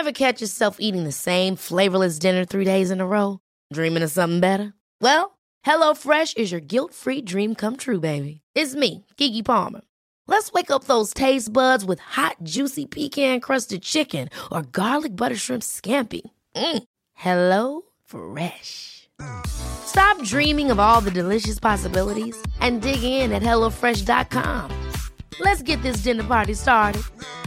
Ever catch yourself eating the same flavorless dinner 3 days in a row? Dreaming of something better? Well, HelloFresh is your guilt-free dream come true, baby. It's me, Keke Palmer. Let's wake up those taste buds with hot, juicy pecan-crusted chicken or garlic butter shrimp scampi. Hello Fresh. Stop dreaming of all the delicious possibilities and dig in at HelloFresh.com. Let's get this dinner party started.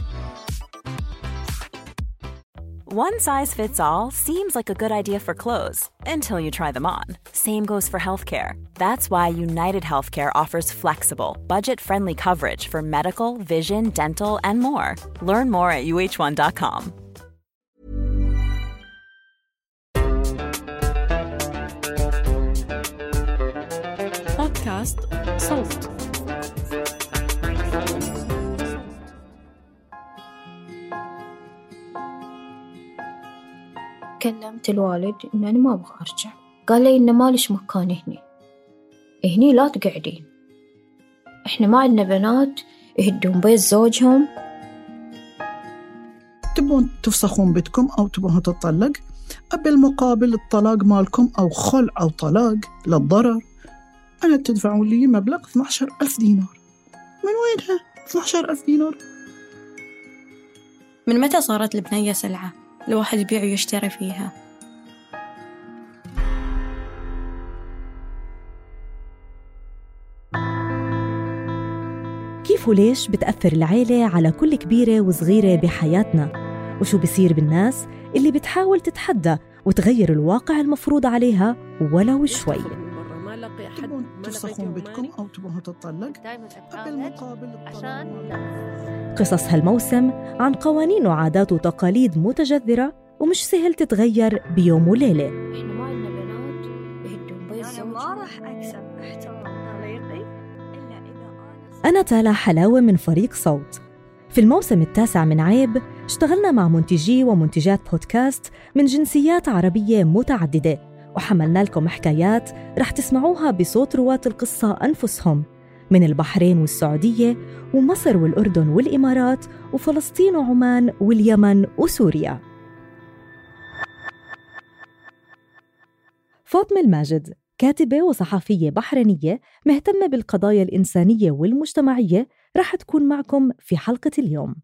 One size fits all seems like a good idea for clothes until you try them on. Same goes for healthcare. That's why United Healthcare offers flexible, budget-friendly coverage for medical, vision, dental, and more. Learn more at uh1.com. بودكاست صوت. كلمت الوالد إن أنا ما أبغى أرجع. قال لي إن مالش مكان هني لا تقعدين، إحنا ما عندنا بنات يهدون بيت زوجهم. تبون تفسخون بيتكم أو تبون تطلق، بالمقابل الطلاق مالكم أو خلع أو طلاق للضرر أنا تدفعون لي مبلغ 12,000 دينار. من وينها 12,000 دينار؟ من متى صارت البنية سلعة الواحد يبيع ويشتري فيها؟ كيف وليش بتأثر العيلة على كل كبيرة وصغيرة بحياتنا؟ وشو بيصير بالناس اللي بتحاول تتحدى وتغير الواقع المفروض عليها ولو شوي؟ تبون تفسخون بيتكم أو تبون تطلق، بالمقابل قصص هالموسم عن قوانين وعادات وتقاليد متجذرة ومش سهل تتغير بيوم وليلة. إحنا ما عندنا بنات يهدون بيت زوجهم. ما راح أكسب احترام طليقي إلا إذا أنا تالا حلاوة من فريق صوت. في الموسم 9 من عيب اشتغلنا مع منتجي ومنتجات بودكاست من جنسيات عربية متعددة، وحملنا لكم حكايات رح تسمعوها بصوت رواة القصة أنفسهم من البحرين والسعودية ومصر والأردن والإمارات وفلسطين وعمان واليمن وسوريا. فاطمة الماجد كاتبة وصحفية بحرينية مهتمة بالقضايا الإنسانية والمجتمعية رح تكون معكم في حلقة اليوم.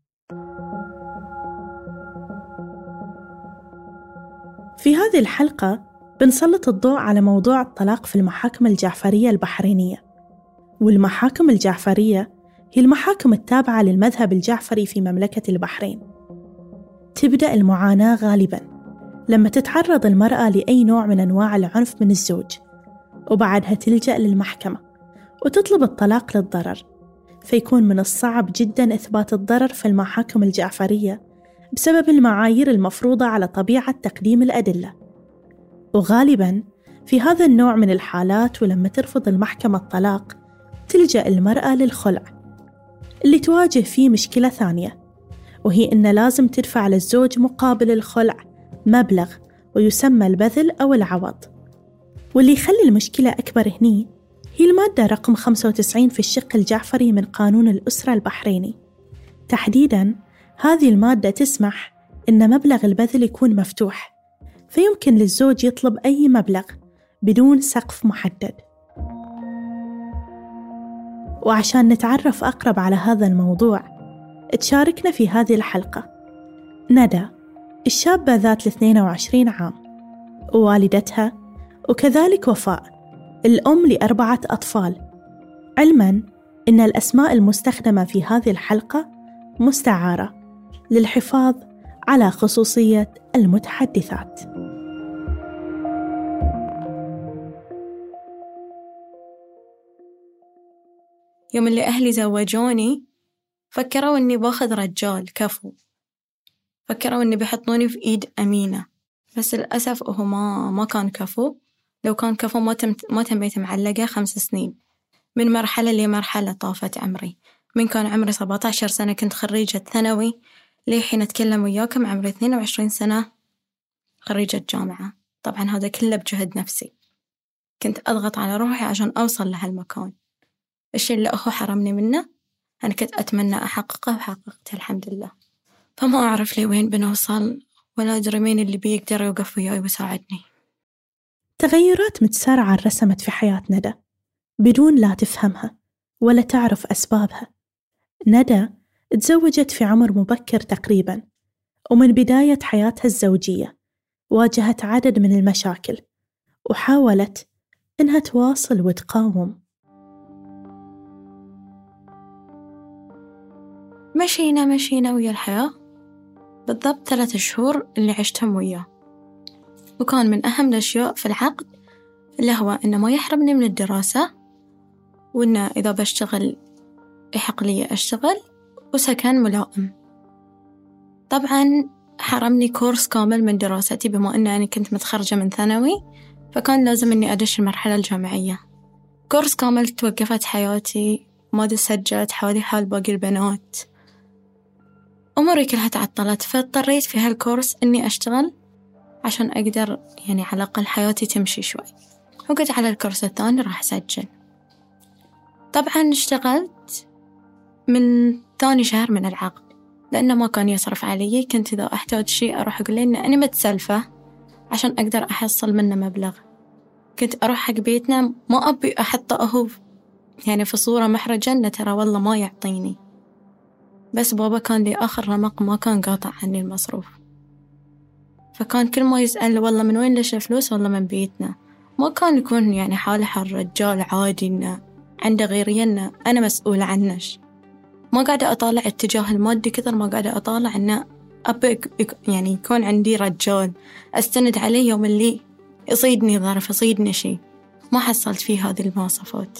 في هذه الحلقة بنسلط الضوء على موضوع الطلاق في المحاكم الجعفرية البحرينية. والمحاكم الجعفرية هي المحاكم التابعة للمذهب الجعفري في مملكة البحرين. تبدأ المعاناة غالباً لما تتعرض المرأة لأي نوع من أنواع العنف من الزوج، وبعدها تلجأ للمحكمة وتطلب الطلاق للضرر، فيكون من الصعب جداً إثبات الضرر في المحاكم الجعفرية بسبب المعايير المفروضة على طبيعة تقديم الأدلة. وغالباً في هذا النوع من الحالات ولما ترفض المحكمة الطلاق تلجأ المرأة للخلع، اللي تواجه فيه مشكلة ثانية، وهي إن لازم تدفع للزوج مقابل الخلع مبلغ ويسمى البذل أو العوض. واللي يخلي المشكلة أكبر هني هي المادة رقم 95 في الشق الجعفري من قانون الأسرة البحريني. تحديداً هذه المادة تسمح إن مبلغ البذل يكون مفتوح، فيمكن للزوج يطلب أي مبلغ بدون سقف محدد. وعشان نتعرف أقرب على هذا الموضوع تشاركنا في هذه الحلقة ندى، الشابة ذات 22 عام ووالدتها، وكذلك وفاء الأم ل4 أطفال، علماً إن الأسماء المستخدمة في هذه الحلقة مستعارة للحفاظ على خصوصية المتحدثات. يوم اللي أهلي زوجوني فكروا إني باخذ رجال كفو، فكروا إني بيحطوني في إيد أمينة، بس للأسف هو ما كان كفو. لو كان كفو ما تميت معلقة 5 سنين من مرحلة لمرحلة. طافت عمري من كان عمري 17 سنة كنت خريجة ثانوي، لحين أتكلم وياكم عمري 22 سنة خريجة جامعة. طبعا هذا كله بجهد نفسي، كنت أضغط على روحي عشان أوصل لهالمكان. الشيء اللي أخو حرمني منه أنا كنت أتمنى أحققه وحققته الحمد لله. فما أعرف لي وين بنوصل ولا أدري مين اللي بيقدر يوقف وياي ويساعدني. تغيرات متسارعة رسمت في حياة ندى بدون لا تفهمها ولا تعرف أسبابها. ندى تزوجت في عمر مبكر تقريباً، ومن بداية حياتها الزوجية واجهت عدد من المشاكل وحاولت إنها تواصل وتقاوم. مشينا ويا الحياة بالضبط 3 شهور اللي عشتهم وياه، وكان من أهم الأشياء في العقد اللي هو إنه ما يحرمني من الدراسة، وإنه إذا بشتغل يحق لي أشتغل، وسكن ملائم. طبعاً حرمني كورس كامل من دراستي بما أن أنا كنت متخرجة من ثانوي، فكان لازم أني أدش المرحلة الجامعية. كورس كامل توقفت حياتي، ما سجلت حالي حال باقي البنات، أموري كلها تعطلت، فاضطريت في هالكورس أني أشتغل عشان أقدر يعني على الأقل حياتي تمشي شوي. وقت على الكورس الثاني راح أسجل. طبعاً اشتغلت من ثاني شهر من العقد، لأنه ما كان يصرف علي. كنت إذا أحتاج شيء أروح أقول له إن أنا متسلفة عشان أقدر أحصل منه مبلغ. كنت أروح حق بيتنا ما أبي أحطه هو يعني في صورة محرجة إنه ترى والله ما يعطيني، بس بابا كان لي آخر رمق ما كان قاطع عني المصروف، فكان كل ما يسأل والله من وين ليش فلوس، والله من بيتنا. ما كان يكون يعني حاله حال رجال عادي إنه عنده غيري، إنه أنا مسؤولة عنش. ما قاعدة أطالع اتجاه المادي كثر ما قاعدة أطالع إنه أبي يعني يكون عندي رجال أستند عليه يوم اللي يصيدني ظرف، يصيدني شيء. ما حصلت فيه هذه المواصفات.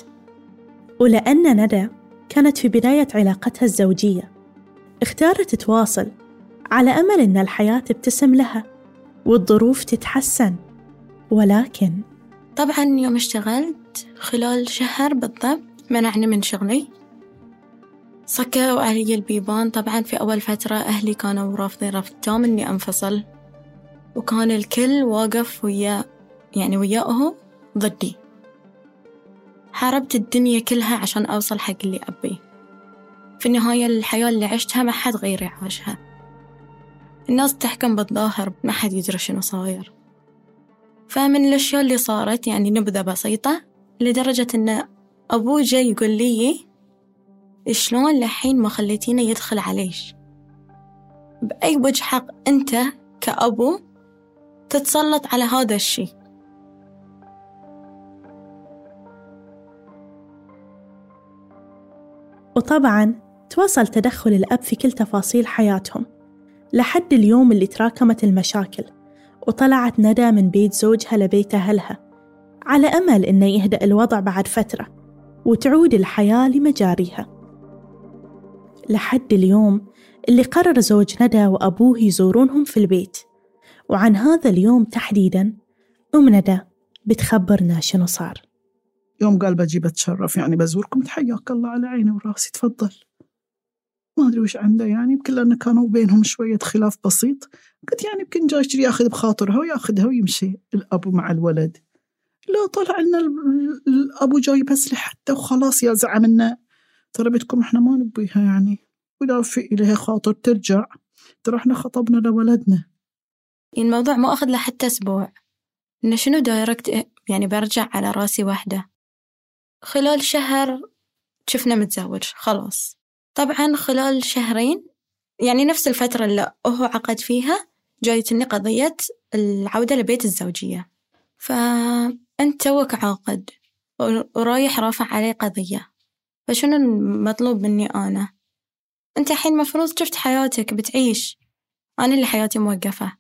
ولأن ندى كانت في بداية علاقتها الزوجية، اختارت تواصل على أمل إن الحياة تبتسم لها والظروف تتحسن. ولكن طبعاً يوم اشتغلت خلال شهر بالضبط منعني من شغلي، صكوا علي البيبان. طبعاً في أول فترة أهلي كانوا رافضين رفض تام إني أنفصل، وكان الكل واقف وياه ضدي. حاربت الدنيا كلها عشان أوصل حق اللي أبيه. في النهاية الحياة اللي عشتها ما حد غيري عاشها. الناس تحكم بالظاهر، ما حد يدري شنو صاير. فمن الأشياء اللي صارت يعني نبذة بسيطة، لدرجة إن أبوه جاي يقول لي شلون لحين ما خليتينه يدخل عليش؟ بأي وجه حق أنت كأبو تتسلط على هذا الشيء؟ وطبعاً تواصل تدخل الأب في كل تفاصيل حياتهم لحد اليوم اللي تراكمت المشاكل، وطلعت ندى من بيت زوجها لبيت أهلها على أمل إنه يهدأ الوضع بعد فترة وتعود الحياة لمجاريها. لحد اليوم اللي قرر زوج ندى وأبوه يزورونهم في البيت. وعن هذا اليوم تحديداً ندى بتخبرنا شنو صار. يوم قال بجي بتشرف يعني بزوركم، تحياك الله على عيني وراسي، تفضل. ما أدري وش عنده يعني، يمكن لأنه كانوا بينهم شوية خلاف بسيط. قلت يعني يمكن جاي يشتري ياخذ بخاطرها وياخذها ويمشي الأبو مع الولد. لا، طلع لنا الأبو جاي بس لحتى وخلاص يا زعمنا، ترى بيتكم إحنا ما نبيها يعني، ولا في إليها خاطر ترجع، ترى إحنا خطبنا لولدنا. الموضوع ما أخذ له حتى أسبوع، إنه شنو دايركت يعني برجع على راسي واحدة. خلال شهر شفنا متزوج خلاص. طبعاً خلال شهرين يعني نفس الفترة اللي هو عقد فيها جايتني قضية العودة لبيت الزوجية. فأنت توك عاقد ورايح رافع علي قضية، فشنو المطلوب مني أنا؟ أنت الحين مفروض شفت حياتك بتعيش، أنا اللي حياتي موقفة.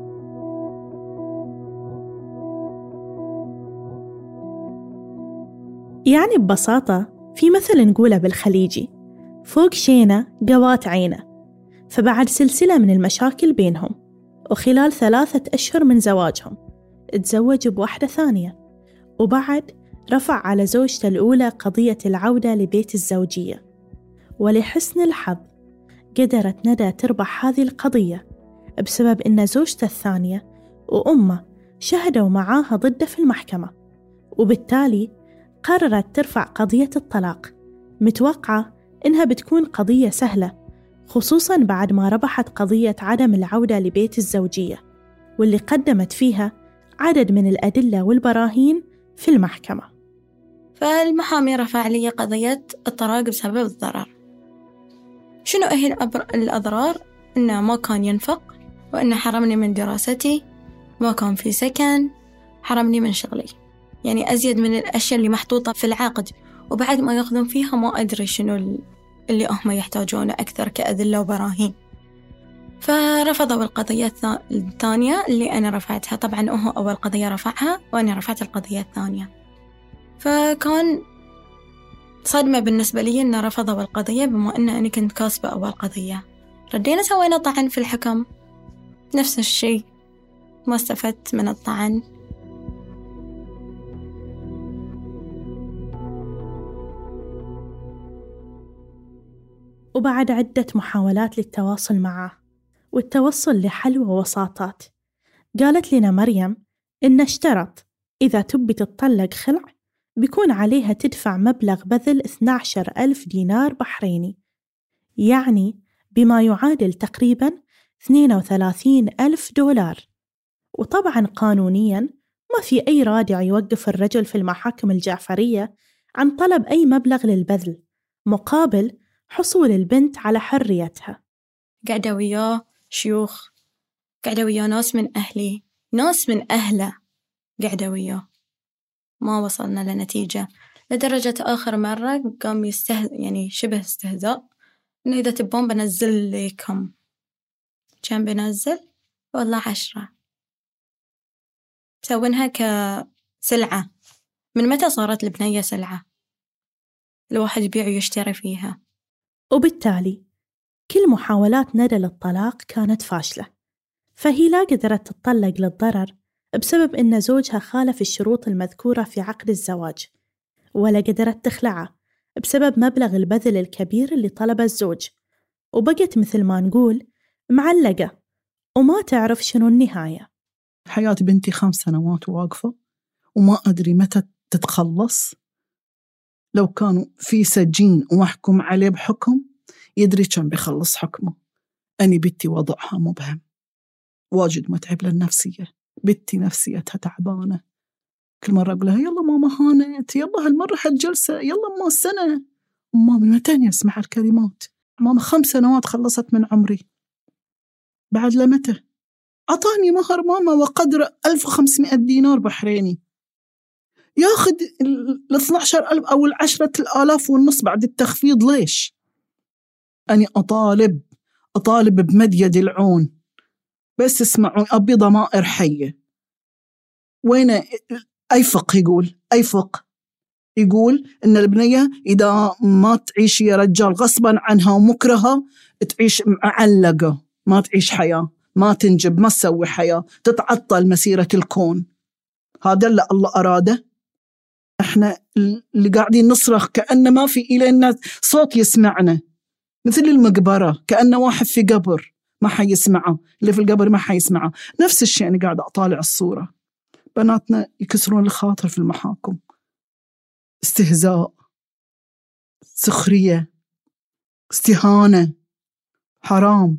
يعني ببساطة في مثل نقوله بالخليجي، فوق شينة قوات عينه. فبعد سلسلة من المشاكل بينهم، وخلال 3 أشهر من زواجهم، تزوج بواحدة ثانية، وبعد رفع على زوجته الأولى قضية العودة لبيت الزوجية. ولحسن الحظ قدرت ندى تربح هذه القضية بسبب إن زوجته الثانية وأمه شهدوا معاها ضده في المحكمة، وبالتالي قررت ترفع قضية الطلاق، متوقعة إنها بتكون قضية سهلة خصوصاً بعد ما ربحت قضية عدم العودة لبيت الزوجية، واللي قدمت فيها عدد من الأدلة والبراهين في المحكمة. فالمحامي رفع لي قضية الطلاق بسبب الضرر. شنو هي الأضرار؟ إنه ما كان ينفق، وإنه حرمني من دراستي، ما كان في سكن، حرمني من شغلي، يعني أزيد من الأشياء اللي محطوطة في العقد، وبعد ما يأخذون فيها ما أدري شنو اللي هم يحتاجونه أكثر كأدلة وبراهين. فرفضوا القضية الثانية اللي أنا رفعتها. طبعا هو أول قضية رفعها وأنا رفعت القضية الثانية، فكان صدمة بالنسبة لي إن رفضوا القضية بما أن أنا كنت كاسبة أول قضية. ردينا سوينا طعن في الحكم، نفس الشيء، ما استفدت من الطعن. وبعد عدة محاولات للتواصل معه والتوصل لحل ووساطات، قالت لنا مريم إن اشترط إذا تبي تتطلق خلع بيكون عليها تدفع مبلغ بذل 12,000 دينار بحريني، يعني بما يعادل تقريباً 32,000 دولار. وطبعاً قانونياً ما في أي رادع يوقف الرجل في المحاكم الجعفرية عن طلب أي مبلغ للبذل مقابل حصول البنت على حريتها. قاعدة وياه شيوخ، قاعدة وياه ناس من أهلي، ناس من أهله، قاعدة وياه، ما وصلنا لنتيجة، لدرجة آخر مرة قام يعني شبه استهزاء، إنه إذا تبون بنزل لكم. كم بنزل؟ والله 10. مسوينها كسلعة. من متى صارت البنية سلعة الواحد يبيع ويشتري فيها؟ وبالتالي كل محاولات ندى للطلاق كانت فاشلة، فهي لا قدرت تتطلق للضرر بسبب إن زوجها خالف الشروط المذكورة في عقد الزواج، ولا قدرت تخلعه بسبب مبلغ البذل الكبير اللي طلبه الزوج، وبقت مثل ما نقول معلقة وما تعرف شنو النهاية. حياة بنتي 5 سنوات واقفة وما أدري متى تتخلص. لو كانوا في سجين ومحكوم عليه بحكم يدري كم بيخلص حكمه. أني بنتي وضعها مبهم، واجد متعب للنفسية، بنتي نفسيتها تعبانة. كل مرة أقول لها يلا ماما هانت، يلا هالمرة هالجلسة، يلا ما السنة. ماما من متى يسمع الكلمات؟ ماما 5 سنوات خلصت من عمري، بعد لمتى؟ أعطاني مهر ماما وقدر 1500 دينار بحريني، ياخد 12,000 أو 10,500 بعد التخفيض. ليش؟ أني أطالب بمد يد العون، بس اسمعوا أبي ضمائر حية. وين أيفق يقول إن البنية إذا ما تعيش يا رجال غصبا عنها ومكرها تعيش معلقة، ما تعيش حياة، ما تنجب، ما تسوي حياة، تتعطل مسيرة الكون. هذا اللي الله أراده. احنا اللي قاعدين نصرخ كأن ما في إلينا صوت يسمعنا، مثل المقبرة، كأن واحد في قبر ما حيسمعه، اللي في القبر ما حيسمعه. نفس الشيء أنا قاعدة أطالع الصورة، بناتنا يكسرون الخاطر في المحاكم، استهزاء، سخرية، استهانة، حرام.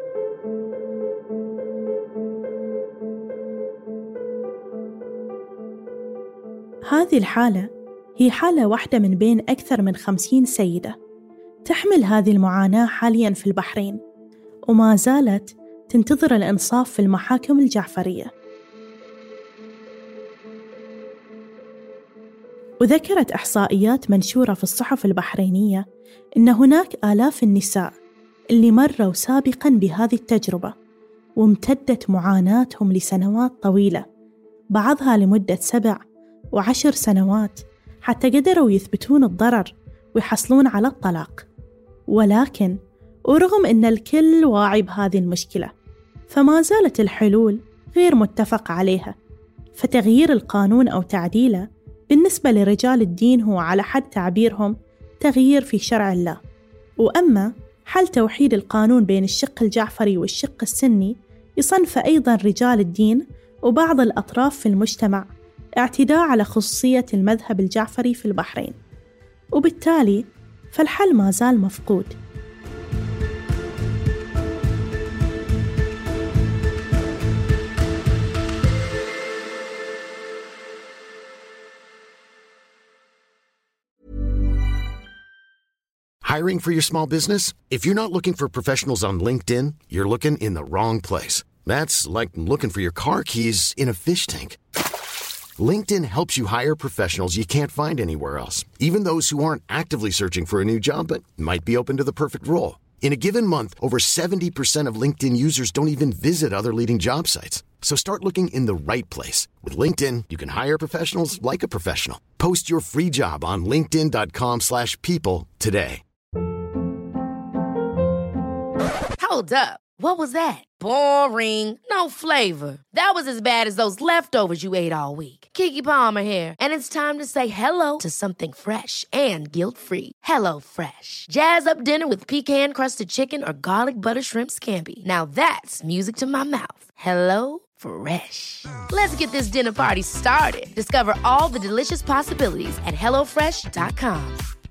هذه الحالة هي حالة واحدة من بين أكثر من 50 سيدة تحمل هذه المعاناة حالياً في البحرين، وما زالت تنتظر الإنصاف في المحاكم الجعفرية. وذكرت إحصائيات منشورة في الصحف البحرينية إن هناك آلاف النساء اللي مروا سابقاً بهذه التجربة، وامتدت معاناتهم لسنوات طويلة، بعضها لمدة 7 و10 سنوات، حتى قدروا يثبتون الضرر ويحصلون على الطلاق. ولكن ورغم أن الكل واعي بهذه المشكلة، فما زالت الحلول غير متفق عليها. فتغيير القانون أو تعديله بالنسبة لرجال الدين هو على حد تعبيرهم تغيير في شرع الله. وأما حل توحيد القانون بين الشق الجعفري والشق السني يصنف أيضا رجال الدين وبعض الأطراف في المجتمع اعتداء على خصوصية المذهب الجعفري في البحرين، وبالتالي فالحل ما زال مفقود. Hiring for your small business? If you're not looking for professionals on LinkedIn, you're looking in the wrong place. That's like looking for your car keys in a fish tank. LinkedIn helps you hire professionals you can't find anywhere else, even those who aren't actively searching for a new job but might be open to the perfect role. In a given month, over 70% of LinkedIn users don't even visit other leading job sites. So start looking in the right place. With LinkedIn, you can hire professionals like a professional. Post your free job on linkedin.com/people today. Hold up. What was that? Boring. No flavor. That was as bad as those leftovers you ate all week. Keke Palmer here, and it's time to say hello to something fresh and guilt-free. Hello Fresh. Jazz up dinner with pecan-crusted chicken or garlic butter shrimp scampi. Now that's music to my mouth. Hello Fresh. Let's get this dinner party started. Discover all the delicious possibilities at hellofresh.com.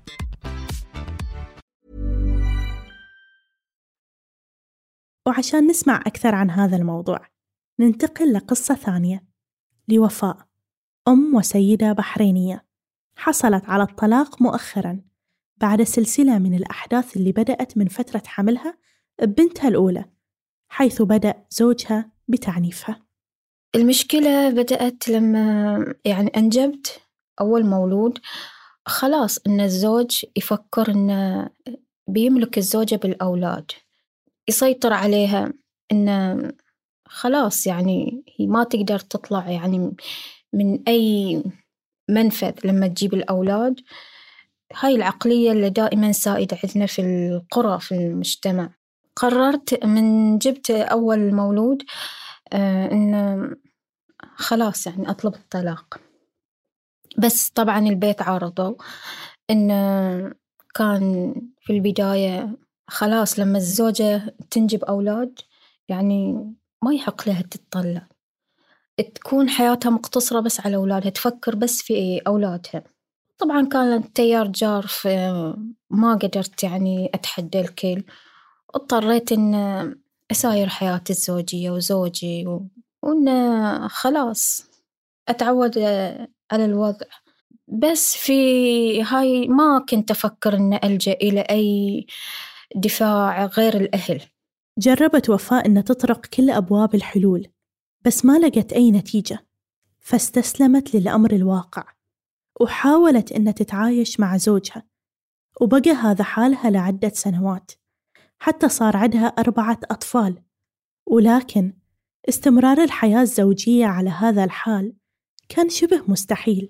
وعشان نسمع أكثر عن هذا الموضوع ننتقل لقصة ثانية لوفاء، أم وسيدة بحرينية حصلت على الطلاق مؤخراً بعد سلسلة من الأحداث اللي بدأت من فترة حملها ببنتها الأولى، حيث بدأ زوجها بتعنيفها. المشكلة بدأت لما أنجبت أول مولود. خلاص إن الزوج يفكر إنه بيملك الزوجة بالأولاد، يسيطر عليها، إن خلاص هي ما تقدر تطلع من أي منفذ لما تجيب الأولاد. هاي العقلية اللي دائما سائدة عندنا في القرى في المجتمع. قررت من جبت أول مولود إن خلاص أطلب الطلاق، بس طبعا البيت عارضوا. إن كان في البداية خلاص لما الزوجة تنجب أولاد ما يحق لها تتطلق، تكون حياتها مقتصرة بس على أولادها، تفكر بس في أولادها. طبعا كان التيار جار، ما قدرت أتحدى الكل، اضطريت إن أساير حياتي الزوجية وزوجي وإن خلاص أتعود على الوضع. بس في هاي ما كنت أفكر إن ألجأ إلى أي دفاع غير الأهل. جربت وفاء إن تطرق كل أبواب الحلول، بس ما لقت أي نتيجة، فاستسلمت للأمر الواقع وحاولت إن تتعايش مع زوجها، وبقى هذا حالها لعدة سنوات حتى صار عندها 4 أطفال. ولكن استمرار الحياة الزوجية على هذا الحال كان شبه مستحيل.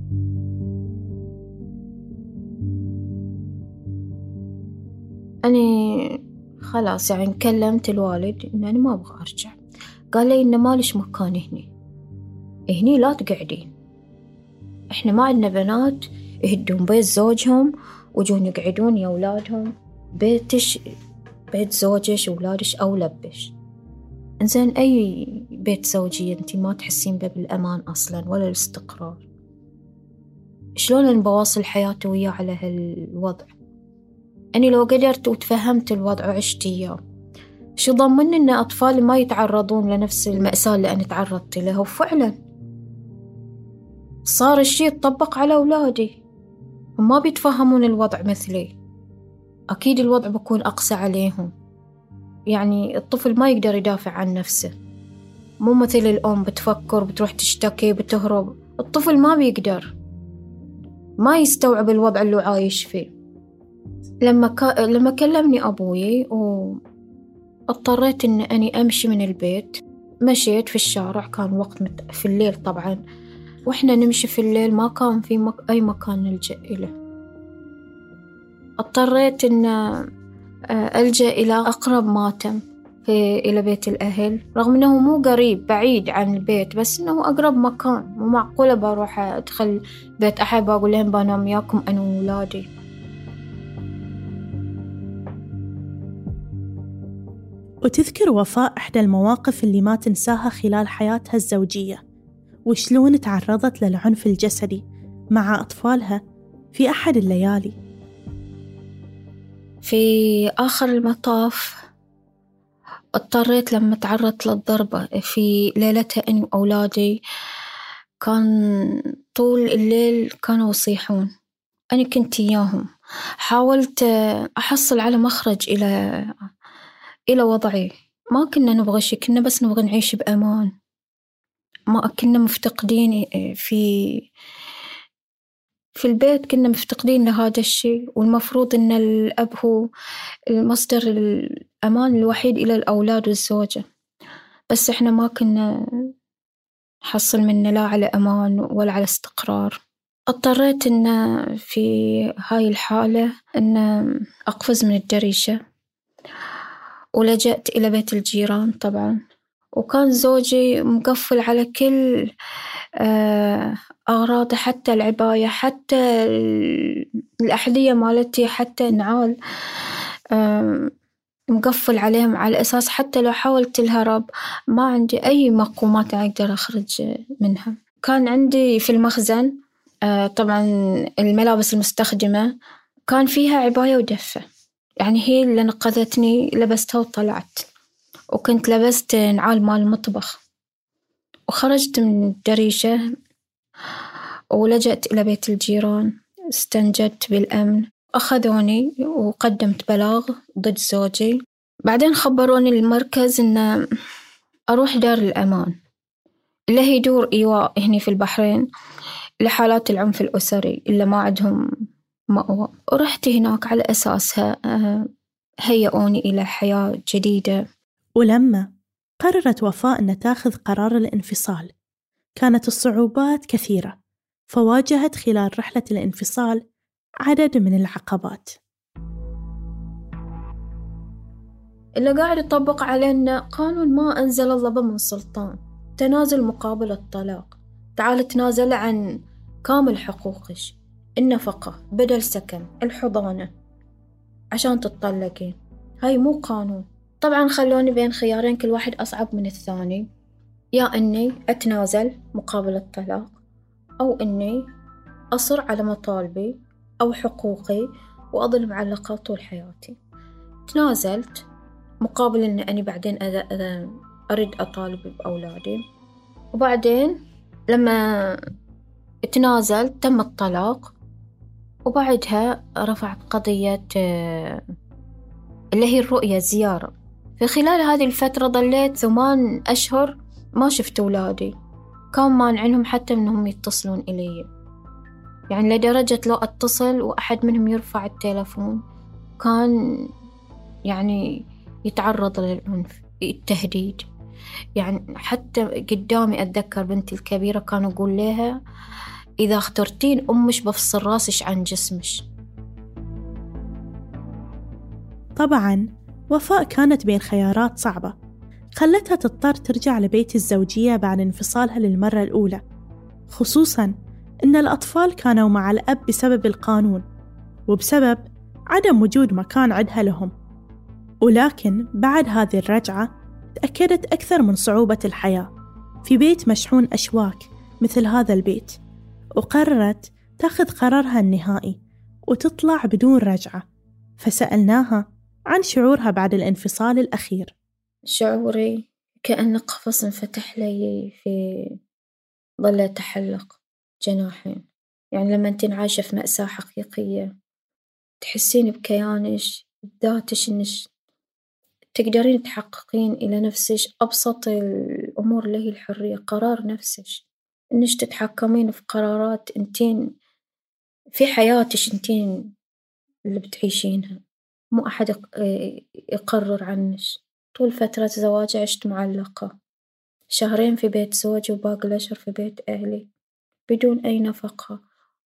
أنا خلاص كلمت الوالد إن أنا ما أبغى أرجع. قال لي إن مالش مكان هني لا تقعدين، إحنا ما عندنا بنات يهدون بيت زوجهم ويجون يقعدون يا أولادهم. بيت زوجش وولادش أولى بش. إنزين أي بيت زوجي أنتي ما تحسين به بالأمان أصلا ولا الاستقرار، شلون أنا بواصل حياتي وياه على هالوضع؟ أني لو قدرت وتفهمت الوضع وعشت إياه، شو ضمني إن أطفالي ما يتعرضون لنفس المأساة اللي أنا تعرضت لها؟ وفعلا صار الشيء يطبق على أولادي، وما بيتفهمون الوضع مثلي. أكيد الوضع بكون أقسى عليهم. الطفل ما يقدر يدافع عن نفسه، مو مثل الأم بتفكر بتروح تشتكي بتهرب. الطفل ما بيقدر، ما يستوعب الوضع اللي عايش فيه. لما كلمني أبوي واضطريت إن أني أمشي من البيت، مشيت في الشارع. كان وقت في الليل طبعا، وإحنا نمشي في الليل ما كان في أي مكان نلجأ إليه. اضطريت إن ألجأ إلى أقرب ماتم إلى بيت الأهل، رغم أنه مو قريب، بعيد عن البيت، بس أنه أقرب مكان. مو معقولة بروح أدخل بيت أحد أقول لهم بنام وياكم أنا وولادي. وتذكر وفاء إحدى المواقف اللي ما تنساها خلال حياتها الزوجية، وشلون تعرضت للعنف الجسدي مع أطفالها في أحد الليالي. في آخر المطاف اضطريت لما تعرضت للضربة في ليلتها أنا وأولادي. كان طول الليل كانوا يصيحون، أنا كنت إياهم. حاولت أحصل على مخرج إلى وضعي. ما كنا نبغى شيء، كنا بس نبغى نعيش بأمان. ما كنا مفتقدين في البيت، كنا مفتقدين لهذا الشيء، والمفروض إن الأب هو المصدر الأمان الوحيد إلى الأولاد والزوجة، بس إحنا ما كنا نحصل منه لا على أمان ولا على استقرار. اضطريت إن في هاي الحالة إن أقفز من الدريشة، ولجأت إلى بيت الجيران طبعاً. وكان زوجي مقفل على كل أغراضه، حتى العباية، حتى الأحذية مالتي، حتى النعال، مقفل عليهم، على أساس حتى لو حاولت الهرب ما عندي أي مقومات أقدر أخرج منها. كان عندي في المخزن طبعاً الملابس المستخدمة، كان فيها عباية ودفة، يعني هي اللي نقذتني، لبستها وطلعت. وكنت لبست نعال مال المطبخ، وخرجت من الدريشة ولجأت إلى بيت الجيران. استنجدت بالأمن، أخذوني وقدمت بلاغ ضد زوجي. بعدين خبروني المركز إن أروح دار الأمان، اللي هي دور إيواء هني في البحرين لحالات العنف الأسري اللي ما عندهم مأوى. ورحت هناك على أساسها هيئوني إلى حياة جديدة. ولما قررت وفاء أن تاخذ قرار الانفصال، كانت الصعوبات كثيرة، فواجهت خلال رحلة الانفصال عدد من العقبات. اللي قاعد يطبق علينا قانون ما أنزل الله به من سلطان، تنازل مقابل الطلاق. تعال تنازل عن كامل حقوقك، النفقة، بدل سكن، الحضانة، عشان تتطلقين. هاي مو قانون. طبعاً خلوني بين خيارين كل واحد أصعب من الثاني، يا إني أتنازل مقابل الطلاق، أو إني أصر على مطالبي أو حقوقي وأظل معلقة طول حياتي. تنازلت مقابل إن أنا بعدين إذا أريد أطالب بأولادي. وبعدين لما تنازلت تم الطلاق، وبعدها رفعت قضية اللي هي الرؤية، زيارة. في خلال هذه الفترة ظليت 8 أشهر ما شفت أولادي، كان مانعنهم حتى منهم يتصلون إلي، يعني لدرجة لو أتصل وأحد منهم يرفع التلفون كان يعني يتعرض للعنف، التهديد. يعني حتى قدامي أتذكر بنتي الكبيرة كان أقول لها إذا اخترتين أمش بفصل راسش عن جسمش. طبعاً وفاء كانت بين خيارات صعبة خلتها تضطر ترجع لبيت الزوجية بعد انفصالها للمرة الأولى، خصوصاً إن الأطفال كانوا مع الأب بسبب القانون وبسبب عدم وجود مكان عدها لهم. ولكن بعد هذه الرجعة تأكدت أكثر من صعوبة الحياة في بيت مشحون أشواك مثل هذا البيت، وقررت تأخذ قرارها النهائي وتطلع بدون رجعة. فسألناها عن شعورها بعد الانفصال الأخير. شعوري كأن قفص انفتح لي في ظل تحلق جناحين. يعني لما انت عايشة في مأساة حقيقية تحسين بكيانش، بذاتش، إنش تقدرين تحققين إلى نفسش أبسط الأمور اللي هي الحرية، قرار نفسش، إنش تتحكمين في قرارات انتين في حياتش، انتين اللي بتعيشينها، مو أحد يقرر عنش. طول فترة زواجي عشت معلقة، 2 في بيت زوجي وباقي الأشهر في بيت أهلي، بدون أي نفقة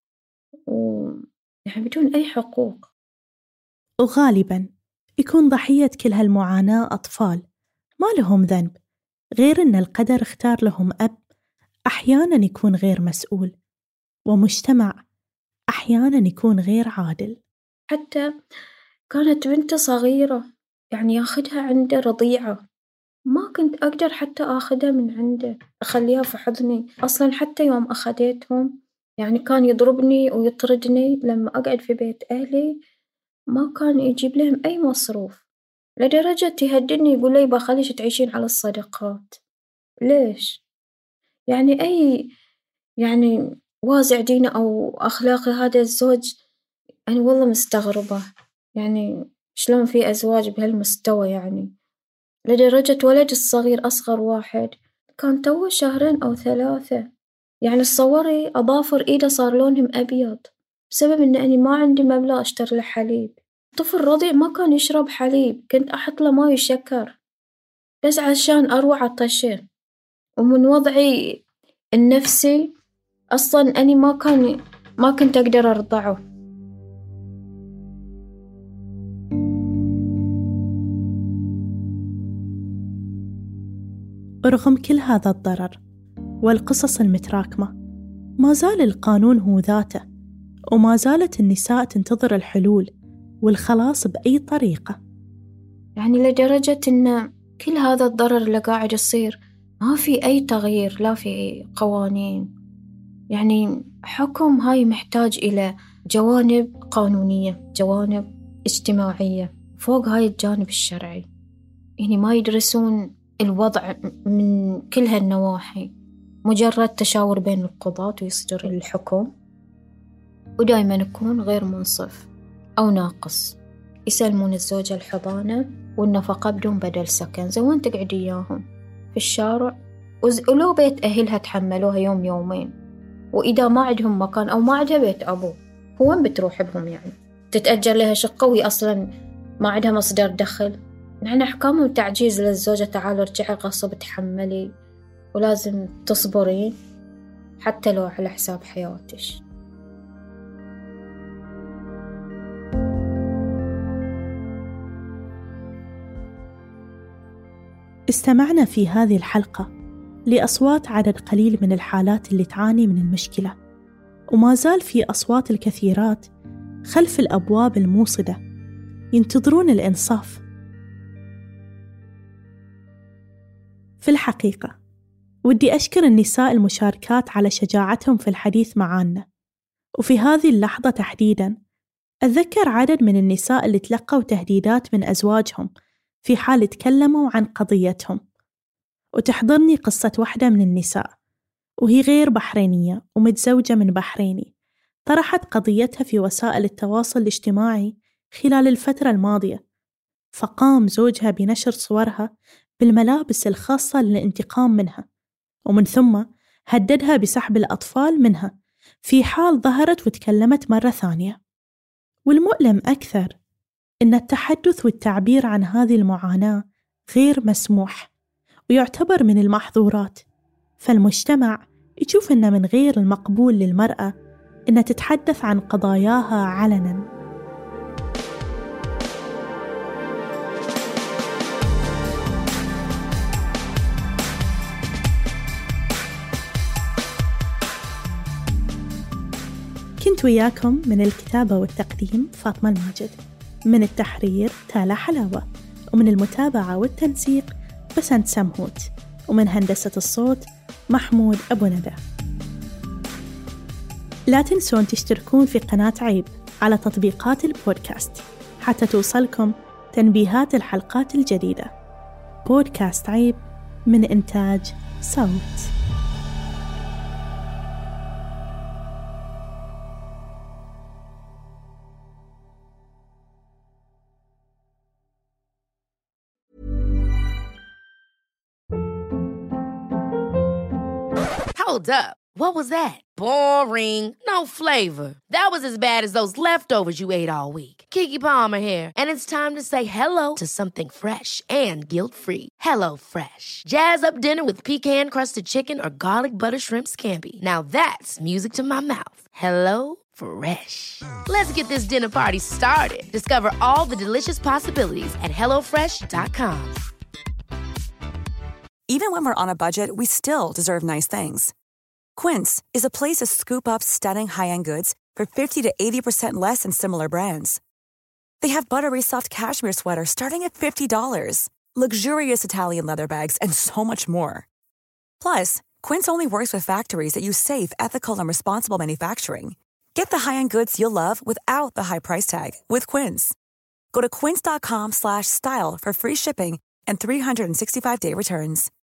يعني بدون أي حقوق. وغالباً يكون ضحية كل هالمعاناة أطفال ما لهم ذنب، غير أن القدر اختار لهم أب أحياناً يكون غير مسؤول، ومجتمع أحياناً يكون غير عادل. حتى كانت بنت صغيرة يعني ياخدها عنده رضيعة، ما كنت أقدر حتى أخذها من عنده أخليها في حضني. أصلاً حتى يوم أخذتهم يعني كان يضربني ويطردني لما أقعد في بيت أهلي، ما كان يجيب لهم أي مصروف، لدرجة يهددني يقول لي بخليش تعيشين على الصدقات. ليش؟ يعني أي يعني وازع ديني أو أخلاقي هذا الزوج أنا والله مستغربة، يعني شلون في أزواج بهالمستوى يعني، لدرجة ولد الصغير أصغر واحد كان توه 2 أو 3، يعني تصوري أظافر إيده صار لونهم أبيض بسبب إن أنا ما عندي مبلغ أشتري له حليب. طفل رضيع ما كان يشرب حليب، كنت أحط له ماي وشكر بس عشان أروع عطشه. ومن وضعي النفسي أصلاً أني ما كنت أقدر أرضعه. رغم كل هذا الضرر والقصص المتراكمة، ما زال القانون هو ذاته، وما زالت النساء تنتظر الحلول والخلاص بأي طريقة. يعني لدرجة إن كل هذا الضرر اللي قاعد يصير ما في أي تغيير، لا في قوانين. يعني حكم هاي محتاج إلى جوانب قانونية، جوانب اجتماعية فوق هاي الجانب الشرعي. يعني ما يدرسون الوضع من كل هالنواحي، مجرد تشاور بين القضاة ويصدر الحكم، ودائما يكون غير منصف أو ناقص. يسلمون الزوجة الحضانة والنفقة بدون بدل سكن، زي وين تقعدي إياهم في الشارع، ولو بيت أهلها تحملوها يوم يومين، وإذا ما عندهم مكان أو ما عندها بيت أبو، هو وين بتروح بهم؟ يعني تتأجر لها شقة وهي أصلا ما عندها مصدر دخل. نحن أحكامهم تعجيز للزوجة، تعال ارجعي غصب تحملي ولازم تصبرين حتى لو على حساب حياتك. استمعنا في هذه الحلقة لأصوات عدد قليل من الحالات اللي تعاني من المشكلة، وما زال في أصوات الكثيرات خلف الأبواب الموصدة ينتظرون الإنصاف. في الحقيقة ودي أشكر النساء المشاركات على شجاعتهم في الحديث معانا، وفي هذه اللحظة تحديداً أتذكر عدد من النساء اللي تلقوا تهديدات من أزواجهم في حال تكلموا عن قضيتهم. وتحضرني قصة واحدة من النساء، وهي غير بحرينية ومتزوجة من بحريني، طرحت قضيتها في وسائل التواصل الاجتماعي خلال الفترة الماضية، فقام زوجها بنشر صورها بالملابس الخاصة للانتقام منها، ومن ثم هددها بسحب الأطفال منها في حال ظهرت وتكلمت مرة ثانية. والمؤلم أكثر إن التحدث والتعبير عن هذه المعاناة غير مسموح ويعتبر من المحظورات، فالمجتمع يشوف إنه من غير المقبول للمرأة إن تتحدث عن قضاياها علناً. كنت وياكم من الكتابة والتقديم فاطمة الماجد، من التحرير تالا حلاوة، ومن المتابعة والتنسيق بسنت سمهوت، ومن هندسة الصوت محمود أبو ندى. لا تنسون تشتركون في قناة عيب على تطبيقات البودكاست حتى توصلكم تنبيهات الحلقات الجديدة. بودكاست عيب من إنتاج صوت. Hold up. What was that? Boring. No flavor. That was as bad as those leftovers you ate all week. Keke Palmer here, and it's time to say hello to something fresh and guilt-free. Hello Fresh. Jazz up dinner with pecan-crusted chicken or garlic butter shrimp scampi. Now that's music to my mouth. Hello Fresh. Let's get this dinner party started. Discover all the delicious possibilities at hellofresh.com. Even when we're on a budget, we still deserve nice things. Quince is a place to scoop up stunning high-end goods for 50 to 80% less than similar brands. They have buttery soft cashmere sweaters starting at $50, luxurious Italian leather bags, and so much more. Plus, Quince only works with factories that use safe, ethical, and responsible manufacturing. Get the high-end goods you'll love without the high price tag with Quince. Go to quince.com/style for free shipping and 365-day returns.